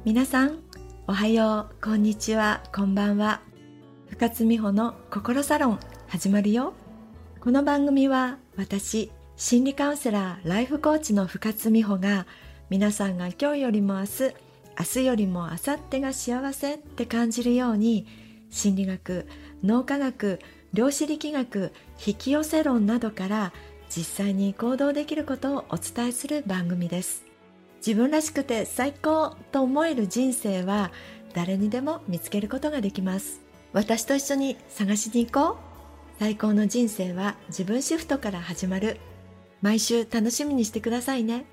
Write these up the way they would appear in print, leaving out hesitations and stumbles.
皆さん、おはよう、こんにちは、こんばんは。深津美穂の心サロン始まるよ。この番組は私、心理カウンセラー、ライフコーチの深津美穂が皆さんが今日よりも明日、明日よりも明後日が幸せって感じるように心理学、脳科学、量子力学、引き寄せ論などから実際に行動できることをお伝えする番組です。自分らしくて最高と思える人生は誰にでも見つけることができます。私と一緒に探しに行こう。最高の人生は自分シフトから始まる。毎週楽しみにしてくださいね。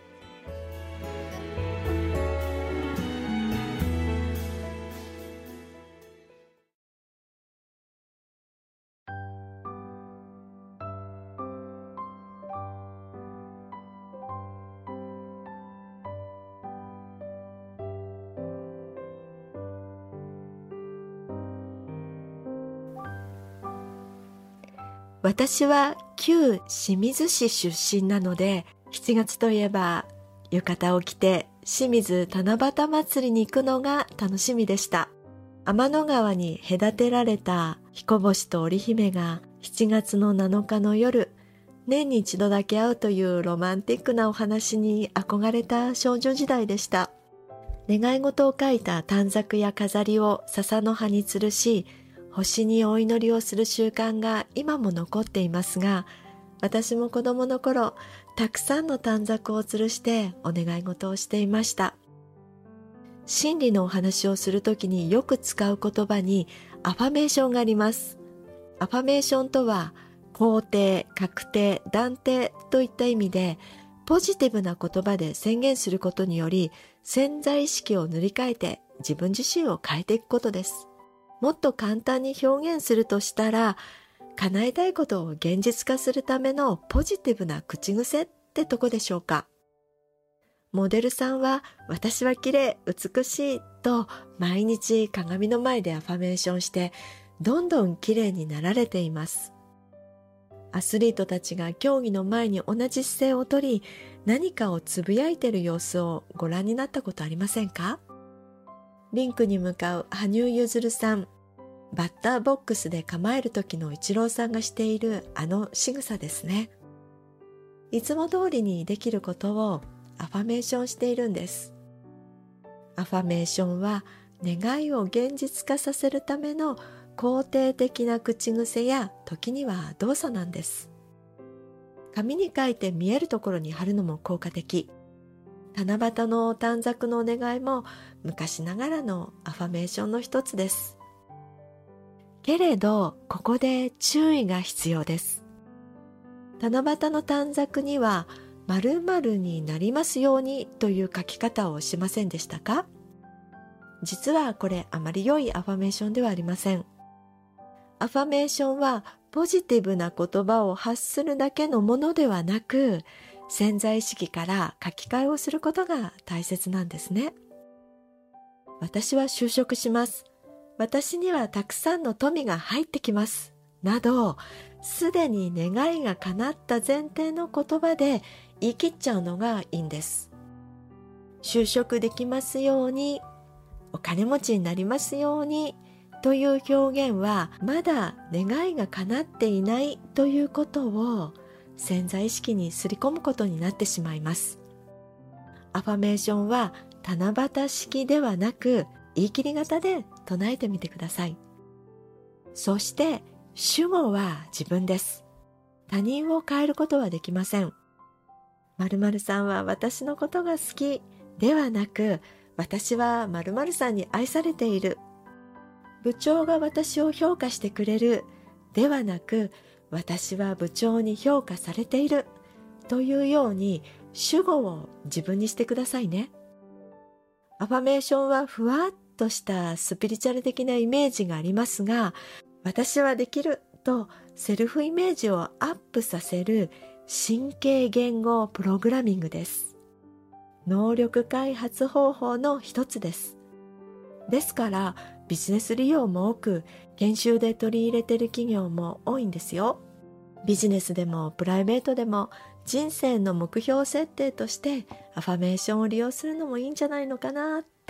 私は旧清水市出身なので、7月といえば浴衣を着て清水七夕祭りに行くのが楽しみでした。天の川に隔てられた彦星と織姫が7月の7日の夜、年に一度だけ会うというロマンティックなお話に憧れた少女時代でした。願い事を書いた短冊や飾りを笹の葉に吊るし、星にお祈りをする習慣が今も残っていますが、私も子供の頃、たくさんの短冊を吊るしてお願い事をしていました。心理のお話をするときによく使う言葉にアファメーションがあります。アファメーションとは、肯定、確定、断定といった意味で、ポジティブな言葉で宣言することにより、潜在意識を塗り替えて自分自身を変えていくことです。もっと簡単に表現するとしたら、叶えたいことを現実化するためのポジティブな口癖ってとこでしょうか。モデルさんは私は綺麗、美しいと毎日鏡の前でアファメーションしてどんどん綺麗になられています。アスリートたちが競技の前に同じ姿勢をとり何かをつぶやいている様子をご覧になったことありませんか？リンクに向かう羽生結弦さん、バッターボックスで構える時のイチローさんがしているあの仕草ですね。いつも通りにできることをアファメーションしているんです。アファメーションは願いを現実化させるための肯定的な口癖や時には動作なんです。紙に書いて見えるところに貼るのも効果的。七夕の短冊のお願いも昔ながらのアファメーションの一つです。けれど、ここで注意が必要です。七夕の短冊には、〇〇になりますようにという書き方をしませんでしたか？実はこれあまり良いアファメーションではありません。アファメーションはポジティブな言葉を発するだけのものではなく、潜在意識から書き換えをすることが大切なんですね。私は就職します。私にはたくさんの富が入ってきます。など、すでに願いが叶った前提の言葉で言い切っちゃうのがいいんです。就職できますように、お金持ちになりますようにという表現はまだ願いが叶っていないということを潜在意識にすり込むことになってしまいます。アファメーションは七夕式ではなく言い切り型で唱えてみてください。そして主語は自分です。他人を変えることはできません。〇〇さんは私のことが好きではなく、私は〇〇さんに愛されている。部長が私を評価してくれるではなく、私は部長に評価されているというように主語を自分にしてくださいね。アファメーションはふわっとしたスピリチュアル的なイメージがありますが、私はできるとセルフイメージをアップさせる神経言語プログラミングです。能力開発方法の一つです。ですからビジネス利用も多く、研修で取り入れている企業も多いんですよ。ビジネスでもプライベートでも人生の目標設定としてアファメーションを利用するのもいいんじゃないのかなって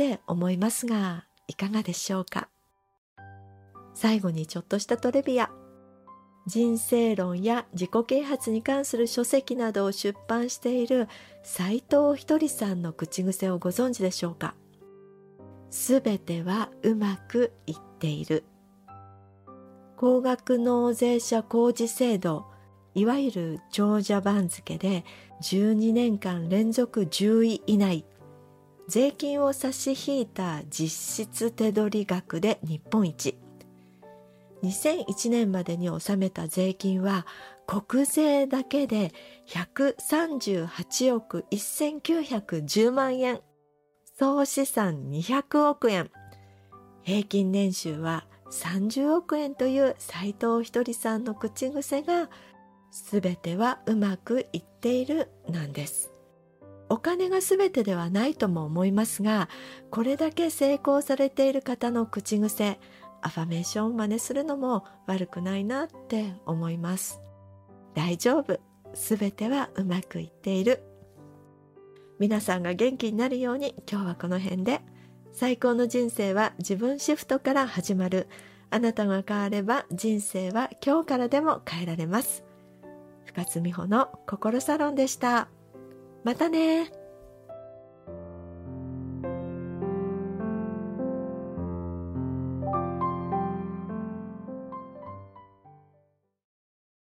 って思いますが、いかがでしょうか。最後にちょっとしたトレビア。人生論や自己啓発に関する書籍などを出版している斉藤ひとりさんの口癖をご存知でしょうか。すべてはうまくいっている。高額納税者控除制度、いわゆる長者番付で12年間連続10位以内、税金を差し引いた実質手取り額で日本一。2001年までに納めた税金は国税だけで138億1910万円、総資産200億円、平均年収は30億円という斉藤ひとりさんの口癖が、すべてはうまくいっているなんです。お金がすべてではないとも思いますが、これだけ成功されている方の口癖、アファメーションを真似するのも悪くないなって思います。大丈夫。すべてはうまくいっている。皆さんが元気になるように今日はこの辺で。最高の人生は自分シフトから始まる。あなたが変われば人生は今日からでも変えられます。深津美穂の心サロンでした。またね。